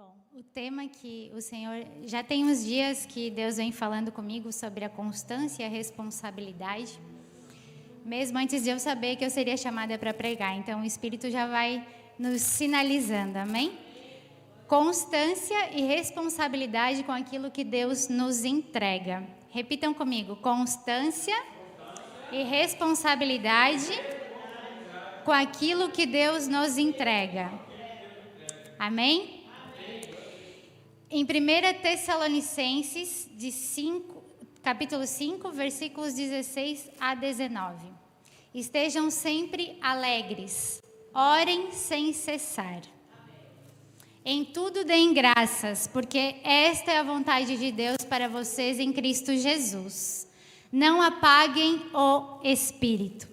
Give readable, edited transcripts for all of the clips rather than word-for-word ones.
Bom, o tema que o Senhor... Já tem uns dias que Deus vem falando comigo sobre a constância e a responsabilidade, mesmo antes de eu saber que eu seria chamada para pregar. Então, o Espírito já vai nos sinalizando, amém? Constância e responsabilidade com aquilo que Deus nos entrega. Repitam comigo: constância e responsabilidade com aquilo que Deus nos entrega. Amém? Em 1 Tessalonicenses, capítulo 5, versículos 16 a 19. Estejam sempre alegres, orem sem cessar. Em tudo deem graças, porque esta é a vontade de Deus para vocês em Cristo Jesus. Não apaguem o Espírito.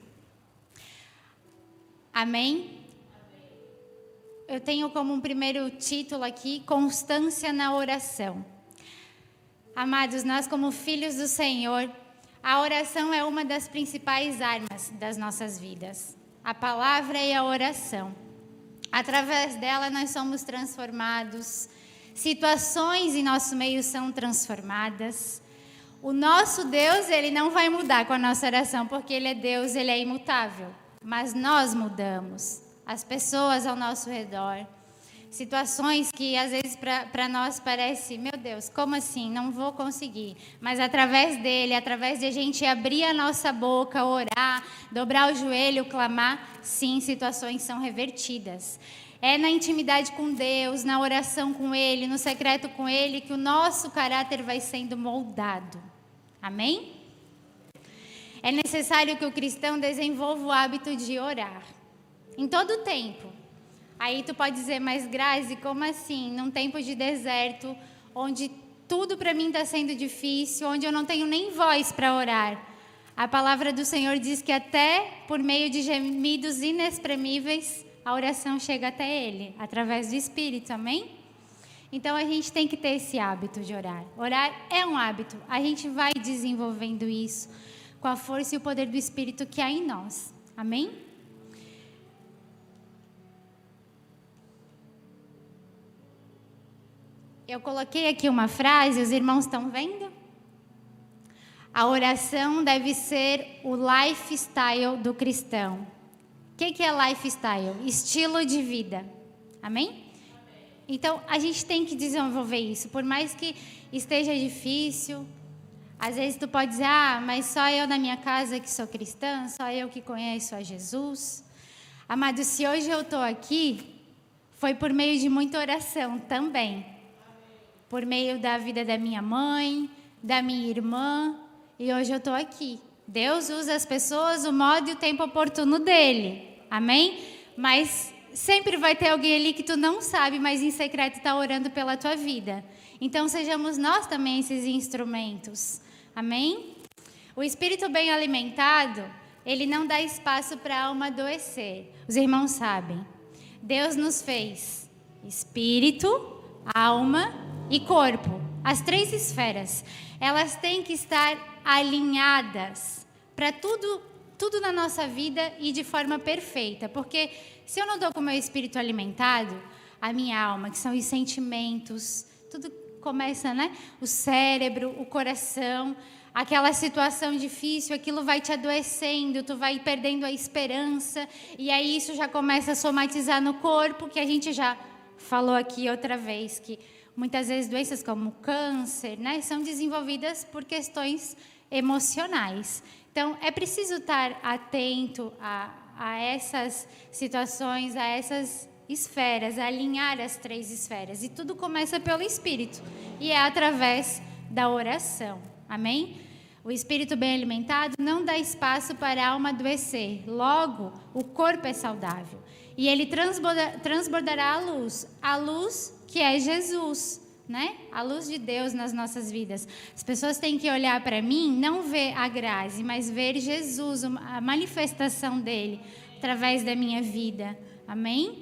Amém? Eu tenho como um primeiro título aqui, constância na oração. Amados, nós como filhos do Senhor, a oração é uma das principais armas das nossas vidas. A palavra e a oração. Através dela nós somos transformados, situações em nosso meio são transformadas. O nosso Deus, Ele não vai mudar com a nossa oração, porque Ele é Deus, Ele é imutável. Mas nós mudamos. As pessoas ao nosso redor, situações que às vezes para nós parece, meu Deus, como assim? Não vou conseguir. Mas através dele, através de a gente abrir a nossa boca, orar, dobrar o joelho, clamar, sim, situações são revertidas. É na intimidade com Deus, na oração com Ele, no secreto com Ele, que o nosso caráter vai sendo moldado. Amém? É necessário que o cristão desenvolva o hábito de orar. Em todo o tempo. Aí tu pode dizer, mas Grazi, como assim? Num tempo de deserto, onde tudo para mim está sendo difícil, onde eu não tenho nem voz para orar. A palavra do Senhor diz que até por meio de gemidos inexprimíveis, a oração chega até Ele, através do Espírito, amém? Então a gente tem que ter esse hábito de orar. Orar é um hábito, a gente vai desenvolvendo isso com a força e o poder do Espírito que há em nós, amém? Eu coloquei aqui uma frase, os irmãos estão vendo? A oração deve ser o lifestyle do cristão. O que é lifestyle? Estilo de vida. Amém? Então, a gente tem que desenvolver isso. Por mais que esteja difícil, às vezes tu pode dizer, mas só eu na minha casa que sou cristã, só eu que conheço a Jesus. Amado, se hoje eu estou aqui, foi por meio de muita oração também. Por meio da vida da minha mãe, da minha irmã, e hoje eu estou aqui. Deus usa as pessoas, o modo e o tempo oportuno dele, amém? Mas sempre vai ter alguém ali que tu não sabe, mas em secreto está orando pela tua vida. Então sejamos nós também esses instrumentos, amém? O espírito bem alimentado, ele não dá espaço para a alma adoecer. Os irmãos sabem, Deus nos fez espírito, alma e corpo, as 3 esferas, elas têm que estar alinhadas para tudo na nossa vida e de forma perfeita, porque se eu não estou com o meu espírito alimentado, a minha alma, que são os sentimentos, tudo começa, né? O cérebro, o coração, aquela situação difícil, aquilo vai te adoecendo, tu vai perdendo a esperança, e aí isso já começa a somatizar no corpo, que a gente já falou aqui outra vez, que muitas vezes doenças como câncer, né, são desenvolvidas por questões emocionais. Então, é preciso estar atento a essas situações, a essas esferas, a alinhar as 3 esferas. E tudo começa pelo Espírito. E é através da oração. Amém? O Espírito bem alimentado não dá espaço para a alma adoecer. Logo, o corpo é saudável. E ele transbordará a luz que é Jesus, né? A luz de Deus nas nossas vidas. As pessoas têm que olhar para mim, não ver a Grazi, mas ver Jesus, a manifestação dele através da minha vida. Amém?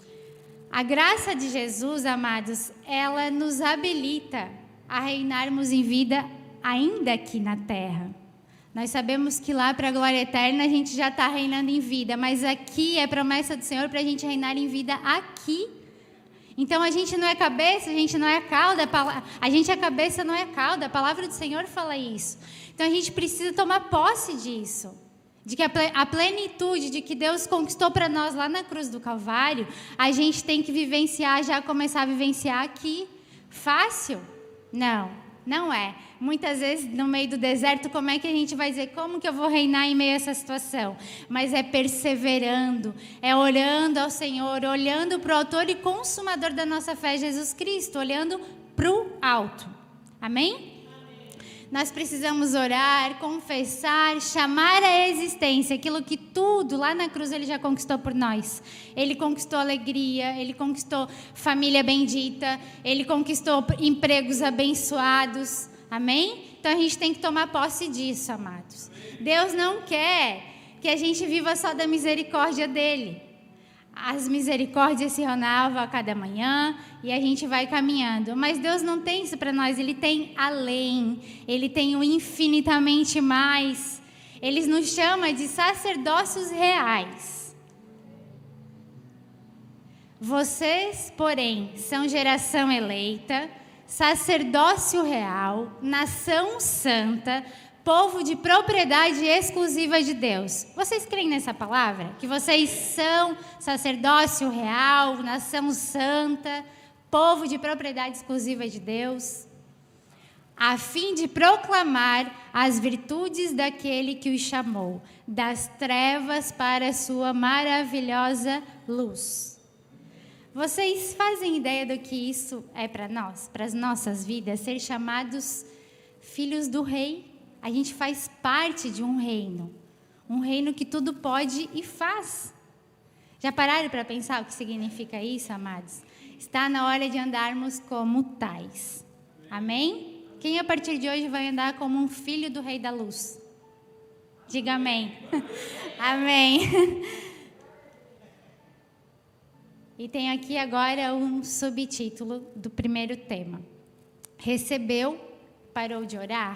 A graça de Jesus, amados, ela nos habilita a reinarmos em vida ainda aqui na terra. Nós sabemos que lá para a glória eterna a gente já está reinando em vida, mas aqui é promessa do Senhor para a gente reinar em vida aqui. Então a gente não é cabeça, a gente não é cauda, a gente é cabeça, não é cauda. A palavra do Senhor fala isso. Então a gente precisa tomar posse disso. De que a plenitude de que Deus conquistou para nós lá na cruz do Calvário, a gente tem que vivenciar, já começar a vivenciar aqui. Fácil? Não é. Muitas vezes no meio do deserto, como é que a gente vai dizer, como que eu vou reinar em meio a essa situação? Mas é perseverando, é olhando ao Senhor, olhando para o autor e consumador da nossa fé, Jesus Cristo, olhando para o alto. Amém? Nós precisamos orar, confessar, chamar à existência aquilo que tudo lá na cruz Ele já conquistou por nós. Ele conquistou alegria, Ele conquistou família bendita, Ele conquistou empregos abençoados. Amém? Então a gente tem que tomar posse disso, amados. Deus não quer que a gente viva só da misericórdia dEle. As misericórdias se renovam a cada manhã e a gente vai caminhando. Mas Deus não tem isso para nós, Ele tem além, Ele tem o infinitamente mais. Ele nos chama de sacerdócios reais. Vocês, porém, são geração eleita, sacerdócio real, nação santa, povo de propriedade exclusiva de Deus. Vocês creem nessa palavra? Que vocês são sacerdócio real, nação santa, povo de propriedade exclusiva de Deus, a fim de proclamar as virtudes daquele que os chamou, das trevas para a sua maravilhosa luz. Vocês fazem ideia do que isso é para nós, para as nossas vidas, ser chamados filhos do Rei? A gente faz parte de um reino que tudo pode e faz. Já pararam para pensar o que significa isso, amados? Está na hora de andarmos como tais. Amém? Quem a partir de hoje vai andar como um filho do Rei da Luz? Diga amém. Amém. E tem aqui agora um subtítulo do primeiro tema. Recebeu, parou de orar?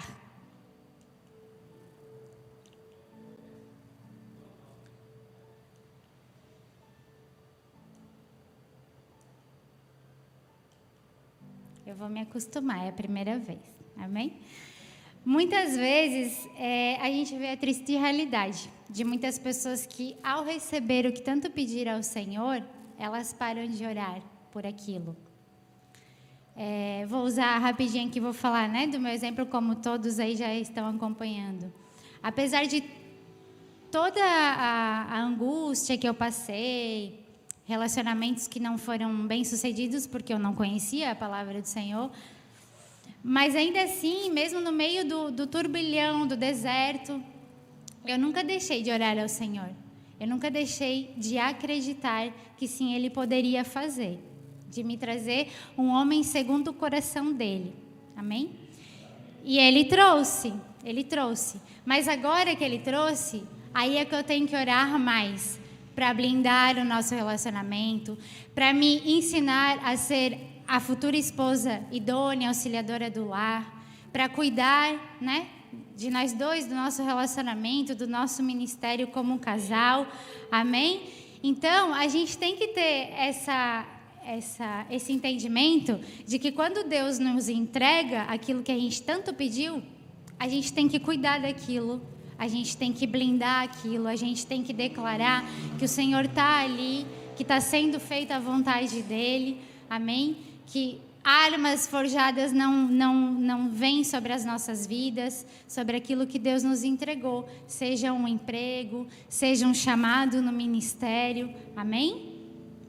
Eu vou me acostumar, é a primeira vez. Amém? Muitas vezes a gente vê a triste realidade de muitas pessoas que, ao receber o que tanto pedir ao Senhor, elas param de orar por aquilo. Vou usar rapidinho aqui, vou falar, né, do meu exemplo, como todos aí já estão acompanhando. Apesar de toda a angústia que eu passei, relacionamentos que não foram bem-sucedidos porque eu não conhecia a palavra do Senhor, mas ainda assim, mesmo no meio do turbilhão, do deserto, eu nunca deixei de orar ao Senhor. Eu nunca deixei de acreditar que sim, Ele poderia fazer, de me trazer um homem segundo o coração dEle. Amém? E Ele trouxe. Mas agora que Ele trouxe, aí é que eu tenho que orar mais, para blindar o nosso relacionamento, para me ensinar a ser a futura esposa idônea, auxiliadora do lar, para cuidar, né, de nós dois, do nosso relacionamento, do nosso ministério como um casal. Amém? Então, a gente tem que ter esse entendimento de que quando Deus nos entrega aquilo que a gente tanto pediu, a gente tem que cuidar daquilo. A gente tem que blindar aquilo, a gente tem que declarar que o Senhor está ali, que está sendo feita a vontade dEle, amém? Que armas forjadas não vêm sobre as nossas vidas, sobre aquilo que Deus nos entregou, seja um emprego, seja um chamado no ministério, amém?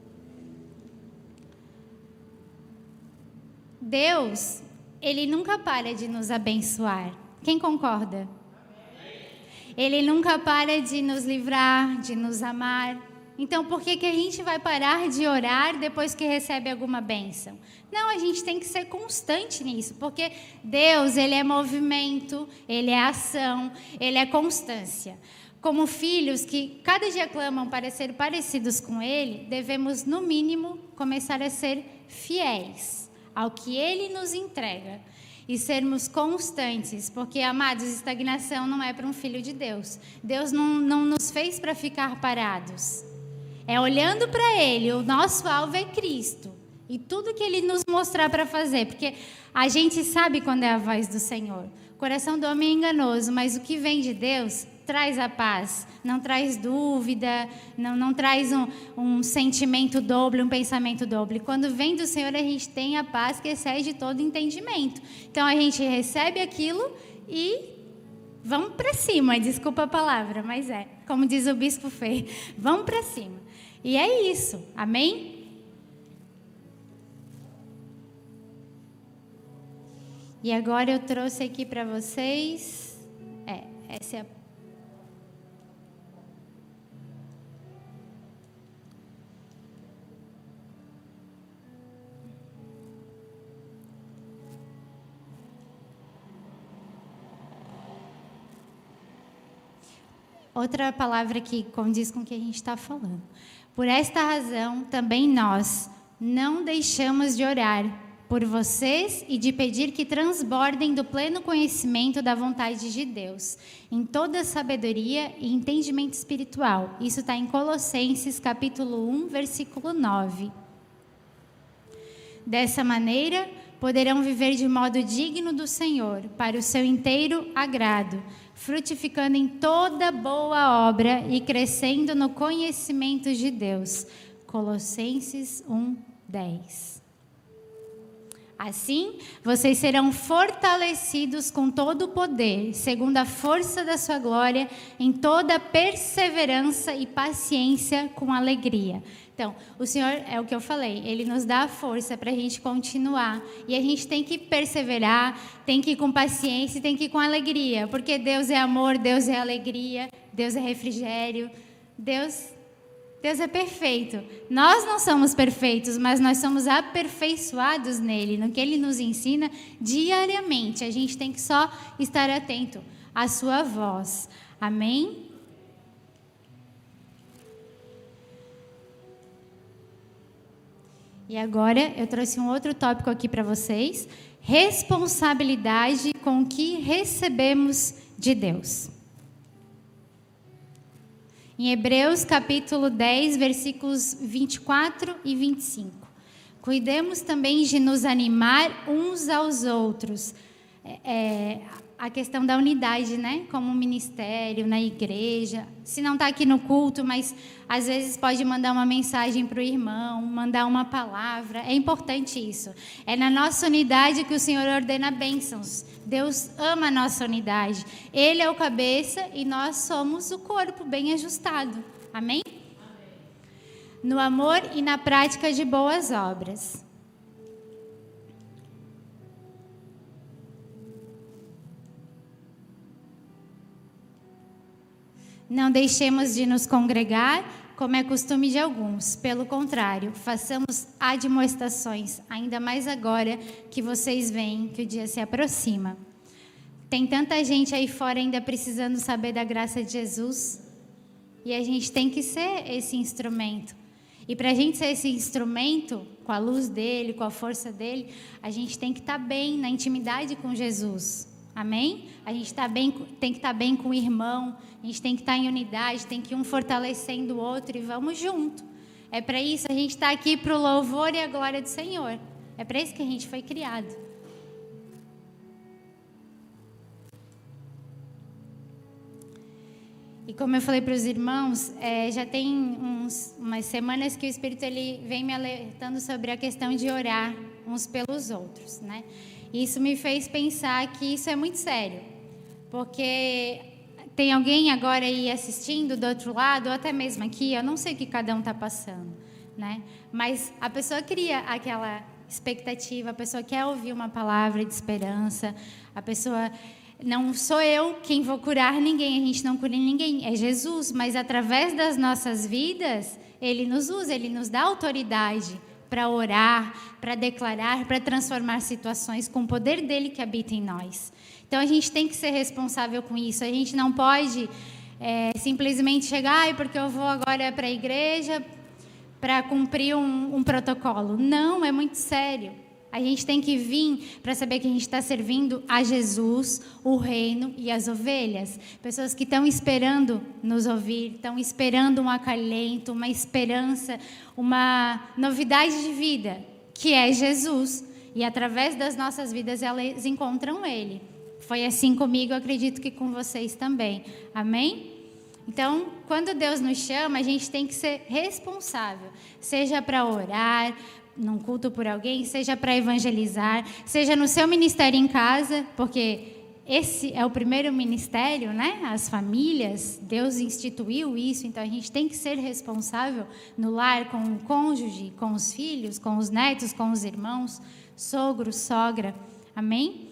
Deus, Ele nunca para de nos abençoar. Quem concorda? Ele nunca para de nos livrar, de nos amar. Então, por que a gente vai parar de orar depois que recebe alguma bênção? Não, a gente tem que ser constante nisso, porque Deus, Ele é movimento, Ele é ação, Ele é constância. Como filhos que cada dia clamam para ser parecidos com Ele, devemos, no mínimo, começar a ser fiéis ao que Ele nos entrega. E sermos constantes, porque, amados, estagnação não é para um filho de Deus. Deus não nos fez para ficar parados. É olhando para Ele, o nosso alvo é Cristo. E tudo que Ele nos mostrar para fazer, porque a gente sabe quando é a voz do Senhor. O coração do homem é enganoso, mas o que vem de Deus traz a paz, não traz dúvida, não traz um sentimento doble, um pensamento doble. Quando vem do Senhor, a gente tem a paz que excede todo entendimento. Então, a gente recebe aquilo e vamos para cima. Desculpa a palavra, mas é. Como diz o Bispo Fê, vamos para cima. E é isso, amém? E agora eu trouxe aqui para vocês, essa é a outra palavra que condiz com o que a gente está falando. Por esta razão, também nós não deixamos de orar por vocês e de pedir que transbordem do pleno conhecimento da vontade de Deus, em toda sabedoria e entendimento espiritual. Isso está em Colossenses, capítulo 1, versículo 9. Dessa maneira, poderão viver de modo digno do Senhor, para o seu inteiro agrado, frutificando em toda boa obra e crescendo no conhecimento de Deus. Colossenses 1, 10. Assim, vocês serão fortalecidos com todo o poder, segundo a força da sua glória, em toda perseverança e paciência com alegria. Então, o Senhor, é o que eu falei, Ele nos dá a força para a gente continuar. E a gente tem que perseverar, tem que ir com paciência e tem que ir com alegria. Porque Deus é amor, Deus é alegria, Deus é refrigério, Deus é perfeito. Nós não somos perfeitos, mas nós somos aperfeiçoados nele, no que Ele nos ensina diariamente. A gente tem que só estar atento à sua voz. Amém? E agora eu trouxe um outro tópico aqui para vocês. Responsabilidade com o que recebemos de Deus. Em Hebreus capítulo 10, versículos 24 e 25. Cuidemos também de nos animar uns aos outros. A questão da unidade, né? Como um ministério, na igreja. Se não está aqui no culto, mas às vezes pode mandar uma mensagem para o irmão, mandar uma palavra. É importante isso. É na nossa unidade que o Senhor ordena bênçãos. Deus ama a nossa unidade. Ele é o cabeça e nós somos o corpo bem ajustado. Amém? No amor e na prática de boas obras. Não deixemos de nos congregar, como é costume de alguns. Pelo contrário, façamos admoestações, ainda mais agora que vocês veem que o dia se aproxima. Tem tanta gente aí fora ainda precisando saber da graça de Jesus. E a gente tem que ser esse instrumento. E para a gente ser esse instrumento, com a luz dele, com a força dele, a gente tem que estar bem na intimidade com Jesus. Amém? A gente tem que estar bem com o irmão, a gente tem que estar em unidade, tem que um fortalecendo o outro e vamos junto. É para isso, a gente está aqui para o louvor e a glória do Senhor. É para isso que a gente foi criado. E como eu falei para os irmãos, já tem umas semanas que o Espírito ele vem me alertando sobre a questão de orar uns pelos outros, né? Isso me fez pensar que isso é muito sério, porque tem alguém agora aí assistindo do outro lado, ou até mesmo aqui, eu não sei o que cada um está passando, né? Mas a pessoa cria aquela expectativa, a pessoa quer ouvir uma palavra de esperança, a pessoa... Não sou eu quem vou curar ninguém, a gente não cura ninguém, é Jesus, mas através das nossas vidas, Ele nos usa, Ele nos dá autoridade para orar, para declarar, para transformar situações com o poder dele que habita em nós. Então a gente tem que ser responsável com isso, a gente não pode simplesmente chegar, porque eu vou agora para a igreja para cumprir um protocolo. Não, é muito sério. A gente tem que vir para saber que a gente está servindo a Jesus, o reino e as ovelhas. Pessoas que estão esperando nos ouvir, estão esperando um acalento, uma esperança, uma novidade de vida que é Jesus. E através das nossas vidas elas encontram Ele. Foi assim comigo, eu acredito que com vocês também. Amém? Então, quando Deus nos chama, a gente tem que ser responsável. Seja para orar num culto por alguém, seja para evangelizar, seja no seu ministério em casa, porque esse é o primeiro ministério, né? As famílias, Deus instituiu isso, então a gente tem que ser responsável no lar com o cônjuge, com os filhos, com os netos, com os irmãos, sogro, sogra. Amém?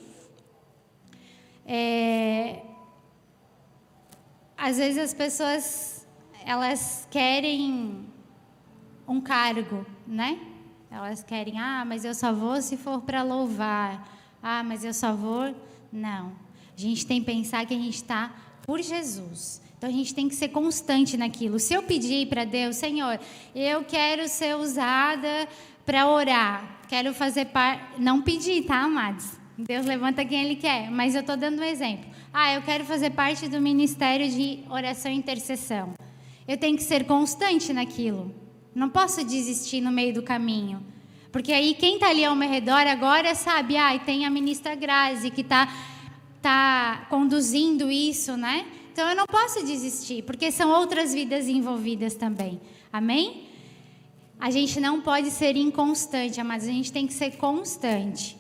Às vezes as pessoas, elas querem um cargo, né? Elas querem, mas eu só vou se for para louvar. Mas eu só vou... Não. A gente tem que pensar que a gente está por Jesus. Então a gente tem que ser constante naquilo. Se eu pedir para Deus, Senhor, eu quero ser usada para orar. Quero fazer parte... Não pedir, tá, amados? Deus levanta quem Ele quer. Mas eu estou dando um exemplo. Eu quero fazer parte do ministério de oração e intercessão. Eu tenho que ser constante naquilo. Não posso desistir no meio do caminho. Porque aí quem está ali ao meu redor agora sabe, tem a ministra Grazi que tá conduzindo isso, né? Então eu não posso desistir, porque são outras vidas envolvidas também. Amém? A gente não pode ser inconstante, amados. A gente tem que ser constante.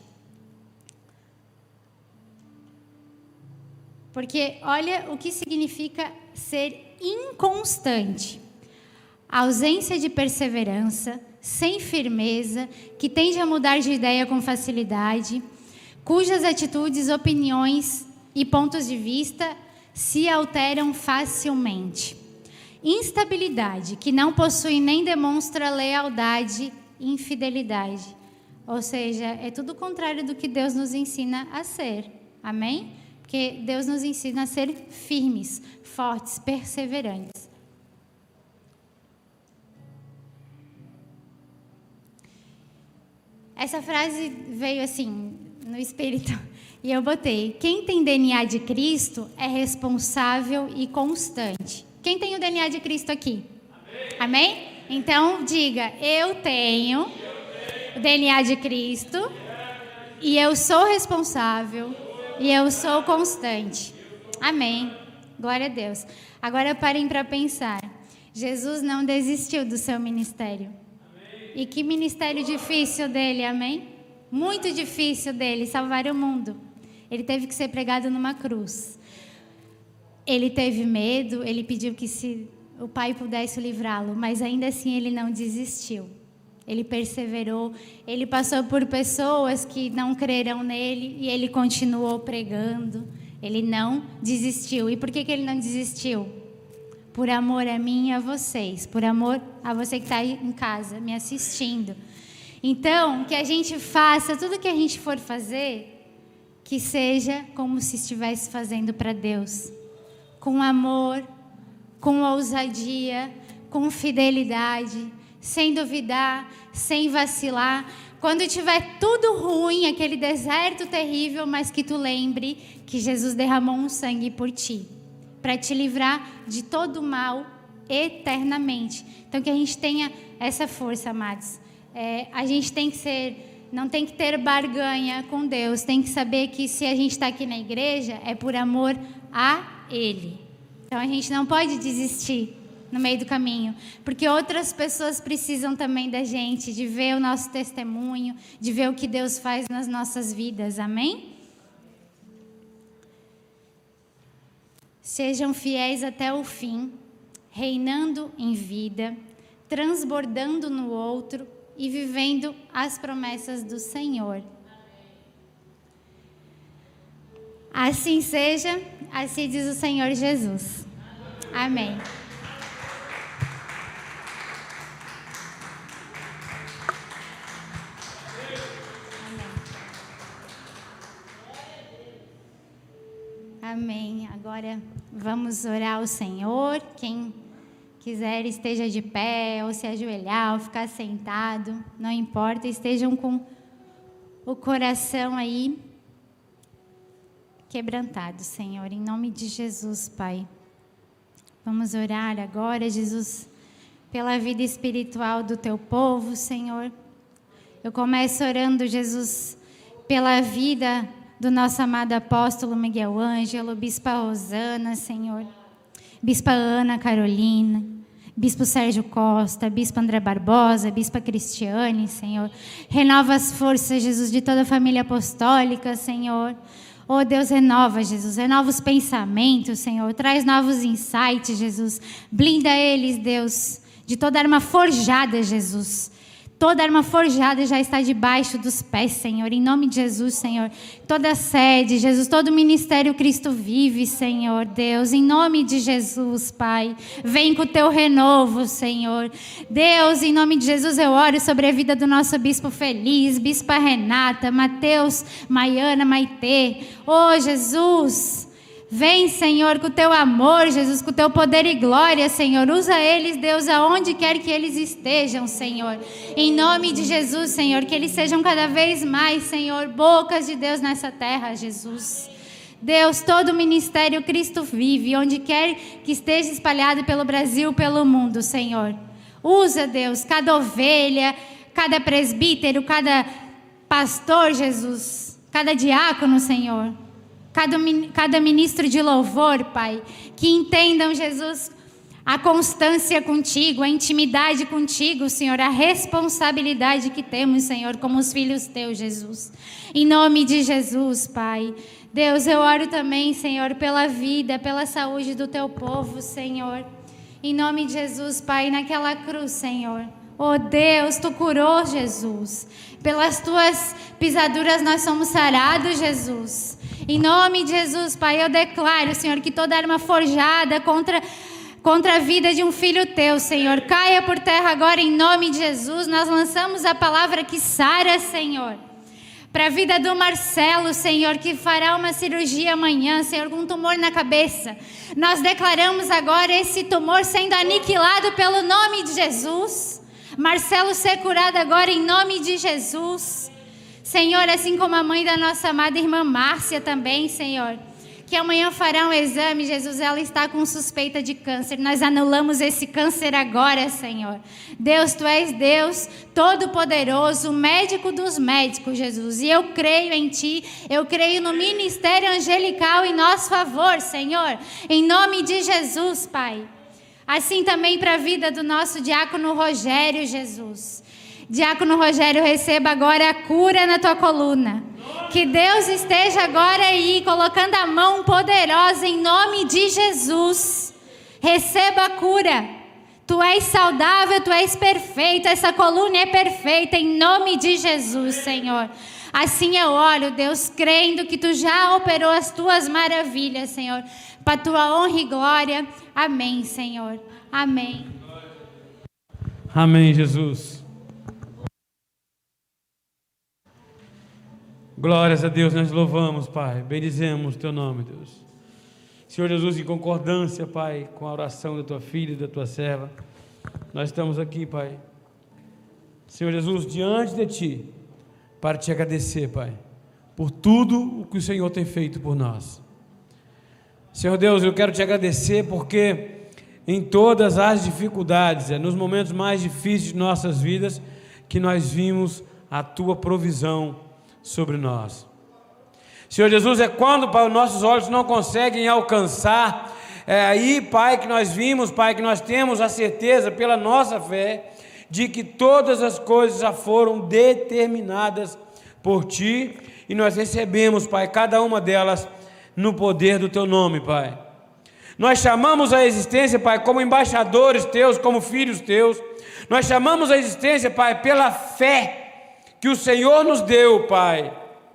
Porque olha o que significa ser inconstante. A ausência de perseverança, sem firmeza, que tende a mudar de ideia com facilidade, cujas atitudes, opiniões e pontos de vista se alteram facilmente. Instabilidade, que não possui nem demonstra lealdade e infidelidade. Ou seja, é tudo o contrário do que Deus nos ensina a ser. Amém? Porque Deus nos ensina a ser firmes, fortes, perseverantes. Essa frase veio assim, no Espírito, e eu botei: quem tem DNA de Cristo é responsável e constante. Quem tem o DNA de Cristo aqui? Amém? Amém? Então, diga: eu tenho o DNA de Cristo, e eu sou responsável, e eu sou constante. Amém. Glória a Deus. Agora parem para pensar. Jesus não desistiu do seu ministério. E que ministério difícil dele, amém? Muito difícil dele, salvar o mundo. Ele teve que ser pregado numa cruz. Ele teve medo, ele pediu que se o Pai pudesse livrá-lo, mas ainda assim ele não desistiu. Ele perseverou, ele passou por pessoas que não creram nele e ele continuou pregando. Ele não desistiu. E por que ele não desistiu? Por amor a mim e a vocês, por amor a você que está aí em casa, me assistindo. Então, que a gente faça tudo que a gente for fazer, que seja como se estivesse fazendo para Deus. Com amor, com ousadia, com fidelidade, sem duvidar, sem vacilar. Quando tiver tudo ruim, aquele deserto terrível, mas que tu lembre que Jesus derramou um sangue por ti, para te livrar de todo o mal eternamente. Então que a gente tenha essa força, amados. A gente tem que não tem que ter barganha com Deus, tem que saber que se a gente está aqui na igreja é por amor a Ele. Então a gente não pode desistir no meio do caminho, porque outras pessoas precisam também da gente, de ver o nosso testemunho, de ver o que Deus faz nas nossas vidas, amém? Sejam fiéis até o fim, reinando em vida, transbordando no outro e vivendo as promessas do Senhor. Assim seja, assim diz o Senhor Jesus. Amém. Amém. Agora vamos orar ao Senhor. Quem quiser esteja de pé, ou se ajoelhar, ou ficar sentado, não importa, estejam com o coração aí quebrantado, Senhor, em nome de Jesus, Pai. Vamos orar agora, Jesus, pela vida espiritual do Teu povo, Senhor. Eu começo orando, Jesus, pela vida do nosso amado apóstolo Miguel Ângelo, Bispa Rosana, Senhor, Bispa Ana Carolina, Bispo Sérgio Costa, Bispa André Barbosa, Bispa Cristiane, Senhor. Renova as forças, Jesus, de toda a família apostólica, Senhor. Oh, Deus, renova, Jesus, renova os pensamentos, Senhor. Traz novos insights, Jesus. Blinda eles, Deus, de toda arma forjada, Jesus. Toda arma forjada já está debaixo dos pés, Senhor, em nome de Jesus, Senhor. Toda sede, Jesus, todo ministério Cristo vive, Senhor, Deus, em nome de Jesus, Pai. Vem com o teu renovo, Senhor. Deus, em nome de Jesus, eu oro sobre a vida do nosso Bispo Feliz, Bispa Renata, Mateus, Maiana, Maitê. Oh, Jesus, vem, Senhor, com o teu amor, Jesus, com o teu poder e glória, Senhor. Usa eles, Deus, aonde quer que eles estejam, Senhor. Em nome de Jesus, Senhor, que eles sejam cada vez mais, Senhor, bocas de Deus nessa terra, Jesus. Deus, todo o ministério Cristo vive, onde quer que esteja espalhado pelo Brasil, pelo mundo, Senhor. Usa, Deus, cada ovelha, cada presbítero, cada pastor, Jesus, cada diácono, Senhor. Cada ministro de louvor, Pai, que entendam, Jesus, a constância contigo, a intimidade contigo, Senhor, a responsabilidade que temos, Senhor, como os filhos teus, Jesus. Em nome de Jesus, Pai. Deus, eu oro também, Senhor, pela vida, pela saúde do teu povo, Senhor. Em nome de Jesus, Pai, naquela cruz, Senhor. Oh Deus, tu curou, Jesus. Pelas tuas pisaduras nós somos sarados, Jesus. Em nome de Jesus, Pai, eu declaro, Senhor, que toda arma forjada contra a vida de um filho teu, Senhor, caia por terra agora em nome de Jesus. Nós lançamos a palavra que sara, Senhor, para a vida do Marcelo, Senhor, que fará uma cirurgia amanhã, Senhor, com um tumor na cabeça. Nós declaramos agora esse tumor sendo aniquilado pelo nome de Jesus. Marcelo ser curado agora em nome de Jesus. Senhor, assim como a mãe da nossa amada irmã Márcia também, Senhor, que amanhã fará um exame, Jesus, ela está com suspeita de câncer. Nós anulamos esse câncer agora, Senhor. Deus, tu és Deus Todo-Poderoso, médico dos médicos, Jesus. E eu creio em ti, eu creio no ministério angelical em nosso favor, Senhor. Em nome de Jesus, Pai. Assim também para a vida do nosso diácono Rogério, Jesus. Diácono Rogério, receba agora a cura na tua coluna. Que Deus esteja agora aí, colocando a mão poderosa em nome de Jesus. Receba a cura. Tu és saudável, tu és perfeito. Essa coluna é perfeita em nome de Jesus, Senhor. Assim eu oro, Deus, crendo que tu já operou as tuas maravilhas, Senhor. Para tua honra e glória. Amém, Senhor. Amém. Amém, Jesus. Glórias a Deus, nós louvamos, Pai, bendizemos o teu nome, Deus. Senhor Jesus, em concordância, Pai, com a oração da tua filha e da tua serva, nós estamos aqui, Pai, Senhor Jesus, diante de ti, para te agradecer, Pai, por tudo o que o Senhor tem feito por nós. Senhor Deus, eu quero te agradecer porque em todas as dificuldades, nos momentos mais difíceis de nossas vidas, que nós vimos a tua provisão sobre nós. Senhor Jesus, é quando, Pai, os nossos olhos não conseguem alcançar, é aí, Pai, que nós vimos, Pai, que nós temos a certeza pela nossa fé de que todas as coisas já foram determinadas por Ti e nós recebemos, Pai, cada uma delas no poder do Teu nome, Pai. Nós chamamos a existência, Pai, como embaixadores Teus, como filhos Teus. Nós chamamos a existência, Pai, pela fé que o Senhor nos deu, Pai.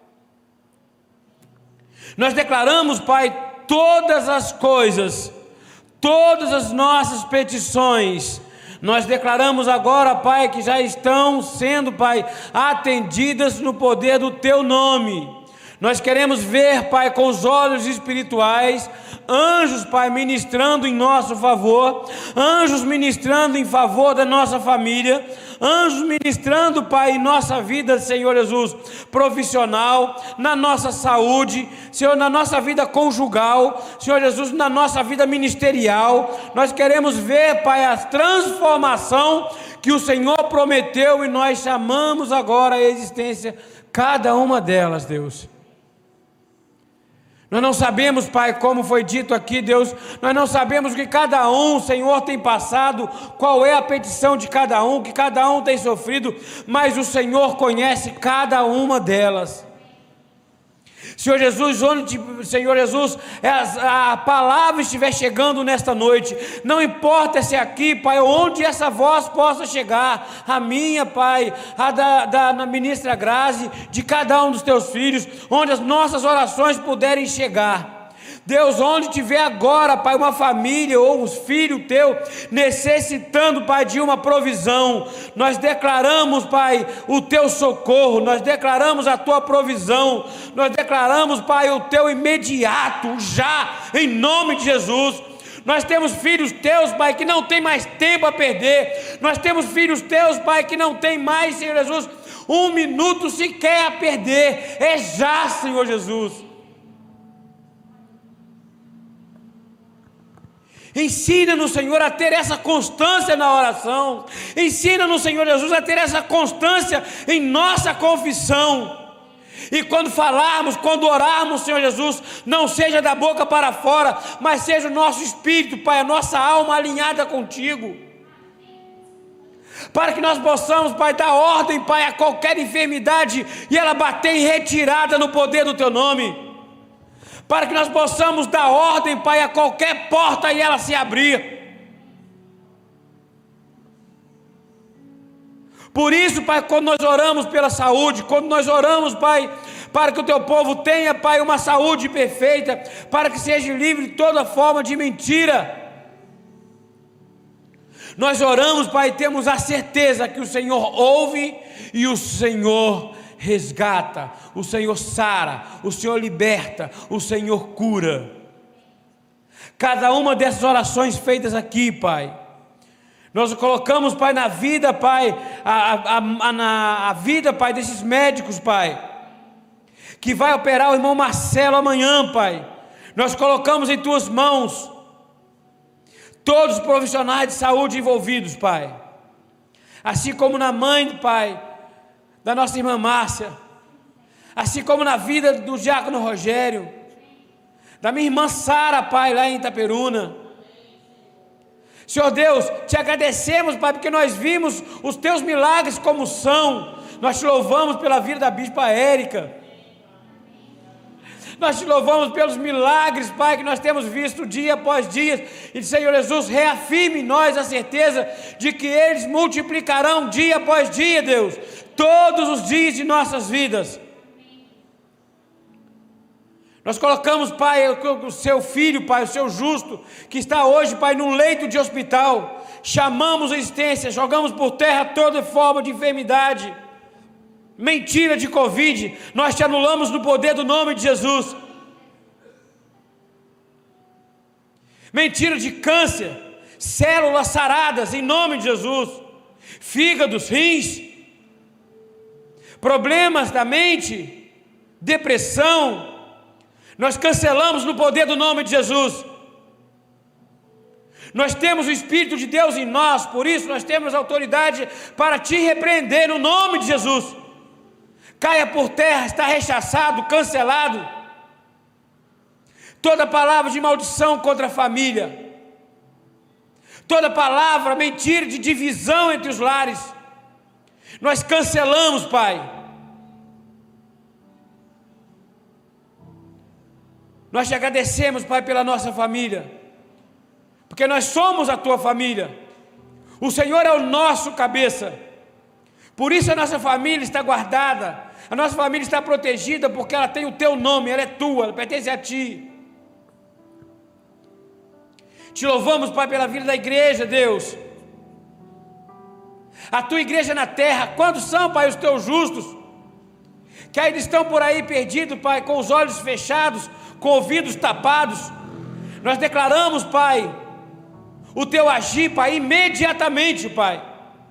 Nós declaramos, Pai, todas as coisas, todas as nossas petições, nós declaramos agora, Pai, que já estão sendo, Pai, atendidas no poder do Teu nome. Nós queremos ver, Pai, com os olhos espirituais, anjos, Pai, ministrando em nosso favor, anjos ministrando em favor da nossa família, anjos ministrando, Pai, em nossa vida, Senhor Jesus, profissional, na nossa saúde, Senhor, na nossa vida conjugal, Senhor Jesus, na nossa vida ministerial. Nós queremos ver, Pai, a transformação que o Senhor prometeu e nós chamamos agora a existência, cada uma delas, Deus. Nós não sabemos, Pai, como foi dito aqui, Deus, nós não sabemos o que cada um, Senhor, tem passado, qual é a petição de cada um, que cada um tem sofrido, mas o Senhor conhece cada uma delas. Senhor Jesus, Senhor Jesus, a palavra estiver chegando nesta noite, não importa se aqui, Pai, onde essa voz possa chegar, a minha, Pai, a da ministra Grazi, de cada um dos teus filhos, onde as nossas orações puderem chegar. Deus, onde tiver agora, Pai, uma família ou um filho teu necessitando, Pai, de uma provisão, nós declaramos, Pai, o teu socorro, nós declaramos a tua provisão, nós declaramos, Pai, o teu imediato, já, em nome de Jesus. Nós temos filhos teus, Pai, que não tem mais tempo a perder, nós temos filhos teus, Pai, que não tem mais, Senhor Jesus, um minuto sequer a perder, é já, Senhor Jesus. Ensina-nos, Senhor, a ter essa constância na oração. Ensina-nos, Senhor Jesus, a ter essa constância em nossa confissão. E quando falarmos, quando orarmos, Senhor Jesus, não seja da boca para fora, mas seja o nosso espírito, Pai, a nossa alma alinhada contigo. Para que nós possamos, Pai, dar ordem, Pai, a qualquer enfermidade e ela bater em retirada no poder do teu nome. Para que nós possamos dar ordem, Pai, a qualquer porta e ela se abrir. Por isso, Pai, quando nós oramos pela saúde, quando nós oramos, Pai, para que o teu povo tenha, Pai, uma saúde perfeita, para que seja livre de toda forma de mentira, nós oramos, Pai, e temos a certeza que o Senhor ouve e o Senhor resgata, o Senhor sara, o Senhor liberta, o Senhor cura. Cada uma dessas orações feitas aqui, Pai, nós colocamos, Pai, na vida, Pai, a vida, Pai, desses médicos, Pai, que vai operar o irmão Marcelo amanhã, Pai. Nós colocamos em tuas mãos todos os profissionais de saúde envolvidos, Pai, assim como na mãe, Pai, da nossa irmã Márcia, assim como na vida do diácono Rogério, da minha irmã Sara, Pai, lá em Itaperuna. Senhor Deus, te agradecemos, Pai, porque nós vimos os teus milagres como são. Nós te louvamos pela vida da bispa Érica. Nós te louvamos pelos milagres, Pai, que nós temos visto dia após dia. E, Senhor Jesus, reafirme em nós a certeza de que eles multiplicarão dia após dia, Deus, todos os dias de nossas vidas. Nós colocamos, Pai, o seu filho, Pai, o seu justo, que está hoje, Pai, num leito de hospital. Chamamos a existência, jogamos por terra toda forma de enfermidade, mentira de Covid, nós te anulamos no poder do nome de Jesus. Mentira de câncer, células saradas em nome de Jesus, fígados, rins, problemas da mente, depressão, nós cancelamos no poder do nome de Jesus. Nós temos o Espírito de Deus em nós, por isso nós temos autoridade para te repreender no nome de Jesus. Caia por terra, está rechaçado, cancelado toda palavra de maldição contra a família, toda palavra, mentira de divisão entre os lares, nós cancelamos, Pai. Nós te agradecemos, Pai, pela nossa família, porque nós somos a tua família, o Senhor é o nosso cabeça, por isso a nossa família está guardada, a nossa família está protegida, porque ela tem o teu nome, ela é tua, ela pertence a ti. Te louvamos, Pai, pela vida da igreja, Deus, a tua igreja na terra. Quantos são, Pai, os teus justos, que ainda estão por aí perdidos, Pai, com os olhos fechados, com ouvidos tapados. Nós declaramos, Pai, o Teu agir, Pai, imediatamente, Pai.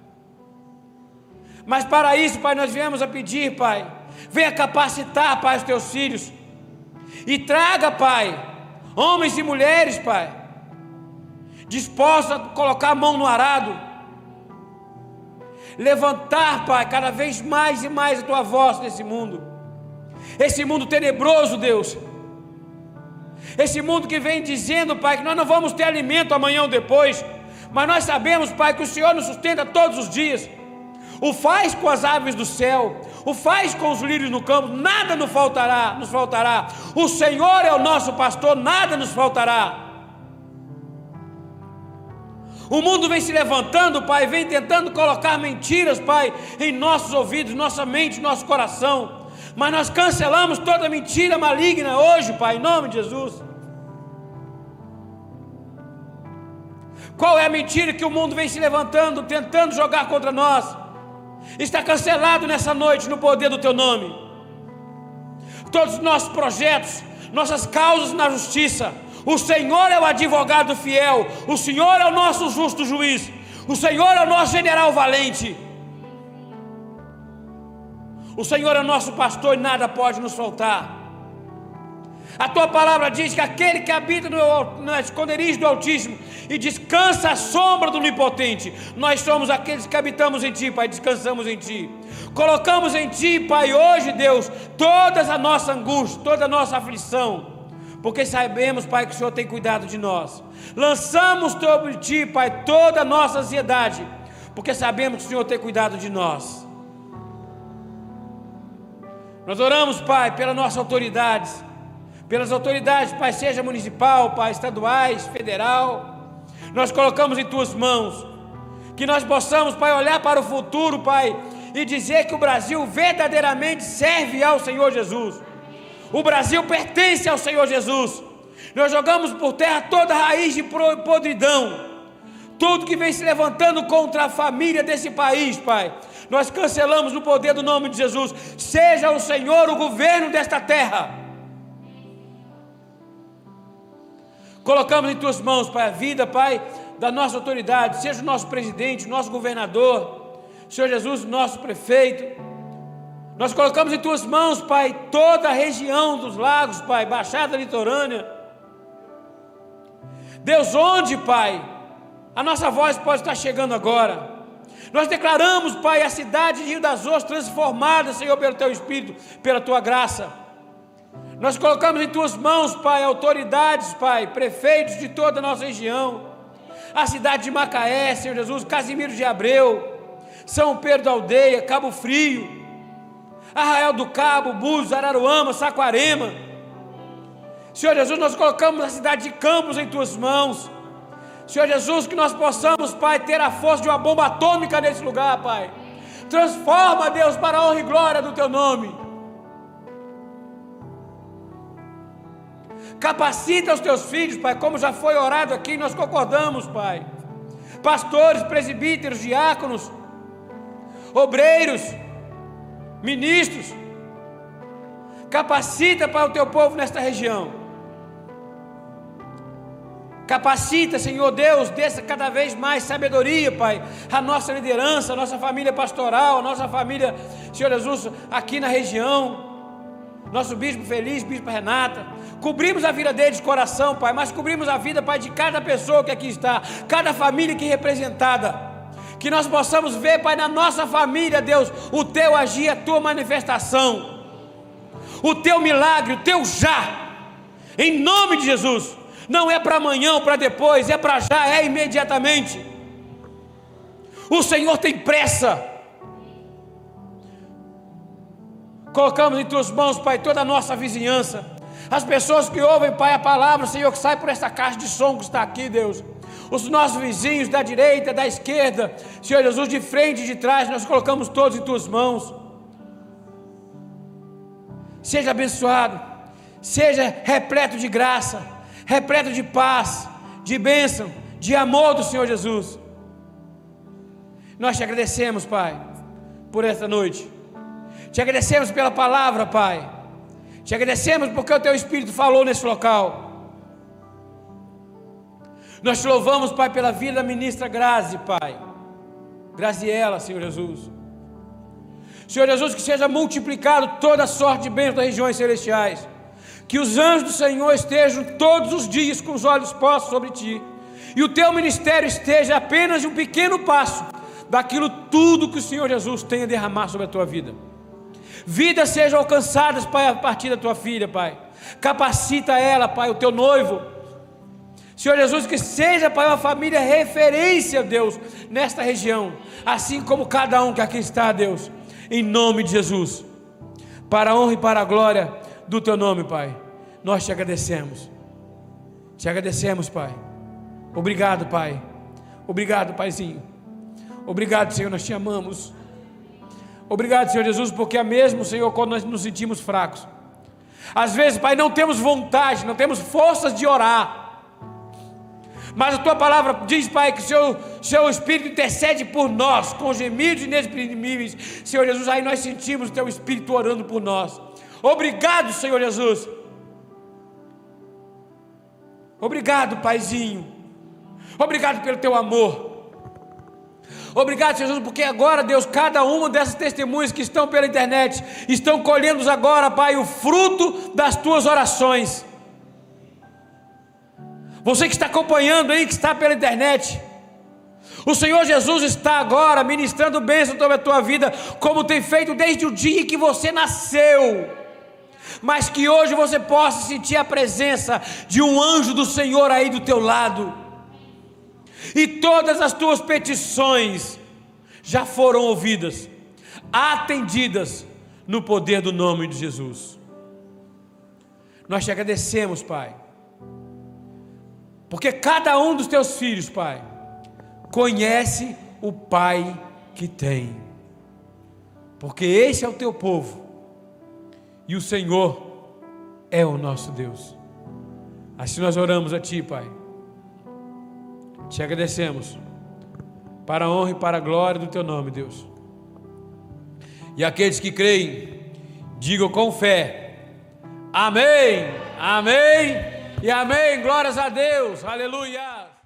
Mas para isso, Pai, nós viemos a pedir, Pai, venha capacitar, Pai, os Teus filhos, e traga, Pai, homens e mulheres, Pai, dispostos a colocar a mão no arado, levantar, Pai, cada vez mais e mais a Tua voz nesse mundo, esse mundo tenebroso, Deus, esse mundo que vem dizendo, Pai, que nós não vamos ter alimento amanhã ou depois, mas nós sabemos, Pai, que o Senhor nos sustenta todos os dias, o faz com as aves do céu, o faz com os lírios no campo, nada nos faltará, o Senhor é o nosso pastor, nada nos faltará. O mundo vem se levantando, Pai, vem tentando colocar mentiras, Pai, em nossos ouvidos, nossa mente, nosso coração, mas nós cancelamos toda mentira maligna hoje, Pai, em nome de Jesus. Qual é a mentira que o mundo vem se levantando, tentando jogar contra nós? Está cancelado nessa noite no poder do Teu nome. Todos os nossos projetos, nossas causas na justiça, o Senhor é o advogado fiel, o Senhor é o nosso justo juiz, o Senhor é o nosso general valente, o Senhor é o nosso pastor e nada pode nos faltar. A Tua palavra diz que aquele que habita no esconderijo do Altíssimo e descansa à sombra do Onipotente, nós somos aqueles que habitamos em Ti, Pai, descansamos em Ti, colocamos em Ti, Pai, hoje, Deus, toda a nossa angústia, toda a nossa aflição, porque sabemos, Pai, que o Senhor tem cuidado de nós. Lançamos sobre Ti, Pai, toda a nossa ansiedade, porque sabemos que o Senhor tem cuidado de nós. Nós oramos, Pai, pelas nossas autoridades, Pai, seja municipal, Pai, estaduais, federal. Nós colocamos em Tuas mãos, que nós possamos, Pai, olhar para o futuro, Pai, e dizer que o Brasil verdadeiramente serve ao Senhor Jesus. O Brasil pertence ao Senhor Jesus. Nós jogamos por terra toda raiz de podridão, tudo que vem se levantando contra a família desse país, Pai, nós cancelamos no poder do nome de Jesus. Seja o Senhor o governo desta terra. Colocamos em Tuas mãos, Pai, a vida, Pai, da nossa autoridade, seja o nosso presidente, o nosso governador, Senhor Jesus, o nosso prefeito. Nós colocamos em Tuas mãos, Pai, toda a região dos lagos, Pai, Baixada Litorânea. Deus, onde, Pai, a nossa voz pode estar chegando agora. Nós declaramos, Pai, a cidade de Rio das Ostras transformada, Senhor, pelo Teu Espírito, pela Tua graça. Nós colocamos em Tuas mãos, Pai, autoridades, Pai, prefeitos de toda a nossa região, a cidade de Macaé, Senhor Jesus, Casimiro de Abreu, São Pedro da Aldeia, Cabo Frio, Arraial do Cabo, Búzios, Araruama, Saquarema. Senhor Jesus, nós colocamos a cidade de Campos em Tuas mãos. Senhor Jesus, que nós possamos, Pai, ter a força de uma bomba atômica nesse lugar, Pai. Transforma, Deus, para a honra e glória do Teu nome. Capacita os Teus filhos, Pai, como já foi orado aqui, nós concordamos, Pai. Pastores, presbíteros, diáconos, obreiros, ministros. Capacita, Pai, o Teu povo nesta região. Capacita, Senhor Deus, desça cada vez mais sabedoria, Pai, a nossa liderança, a nossa família pastoral, a nossa família, Senhor Jesus, aqui na região. Nosso bispo feliz, bispo Renata, cobrimos a vida deles de coração, Pai, mas cobrimos a vida, Pai, de cada pessoa que aqui está, cada família aqui representada, que nós possamos ver, Pai, na nossa família, Deus, o Teu agir, a Tua manifestação, o Teu milagre, o Teu já, em nome de Jesus. Não é para amanhã ou para depois, é para já, é imediatamente. O Senhor tem pressa. Colocamos em Tuas mãos, Pai, toda a nossa vizinhança, as pessoas que ouvem, Pai, a palavra, Senhor, que sai por essa caixa de som que está aqui, Deus, os nossos vizinhos da direita, da esquerda, Senhor Jesus, de frente e de trás, nós colocamos todos em Tuas mãos. Seja abençoado, seja repleto de graça, repleto de paz, de bênção, de amor do Senhor Jesus. Nós Te agradecemos, Pai, por esta noite. Te agradecemos pela palavra, Pai. Te agradecemos porque o Teu Espírito falou nesse local. Nós te louvamos, Pai, pela vida da ministra Grazi, Pai. Graziela, Senhor Jesus. Senhor Jesus, que seja multiplicado toda sorte de bênçãos das regiões celestiais. Que os anjos do Senhor estejam todos os dias com os olhos postos sobre Ti. E o Teu ministério esteja apenas um pequeno passo daquilo tudo que o Senhor Jesus tem a derramar sobre a Tua vida. Vidas sejam alcançadas, Pai, a partir da Tua filha, Pai. Capacita ela, Pai, o Teu noivo. Senhor Jesus, que seja, Pai, uma família referência, Deus, nesta região. Assim como cada um que aqui está, Deus. Em nome de Jesus. Para a honra e para a glória do Teu nome, Pai. Nós Te agradecemos. Te agradecemos, Pai. Obrigado, Pai. Obrigado, Paizinho. Obrigado, Senhor, nós Te amamos. Obrigado, Senhor Jesus, porque é mesmo, Senhor, quando nós nos sentimos fracos. Às vezes, Pai, não temos vontade, não temos forças de orar. Mas a Tua palavra diz, Pai, que o Seu Espírito intercede por nós, com gemidos inexprimíveis. Senhor Jesus, aí nós sentimos o Teu Espírito orando por nós. Obrigado, Senhor Jesus. Obrigado, Paizinho. Obrigado pelo Teu amor. Obrigado, Senhor Jesus, porque agora, Deus, cada uma dessas testemunhas que estão pela internet, estão colhendo agora, Pai, o fruto das Tuas orações. Você que está acompanhando aí, que está pela internet, o Senhor Jesus está agora ministrando bênção sobre a tua vida, como tem feito desde o dia em que você nasceu. Mas que hoje você possa sentir a presença de um anjo do Senhor aí do teu lado. E todas as tuas petições já foram ouvidas, atendidas no poder do nome de Jesus. Nós Te agradecemos, Pai, porque cada um dos Teus filhos, Pai, conhece o Pai que tem, porque esse é o Teu povo, e o Senhor é o nosso Deus. Assim nós oramos a Ti, Pai. Te agradecemos, para a honra e para a glória do Teu nome, Deus. E aqueles que creem, digam com fé: amém, amém e amém. Glórias a Deus, aleluia.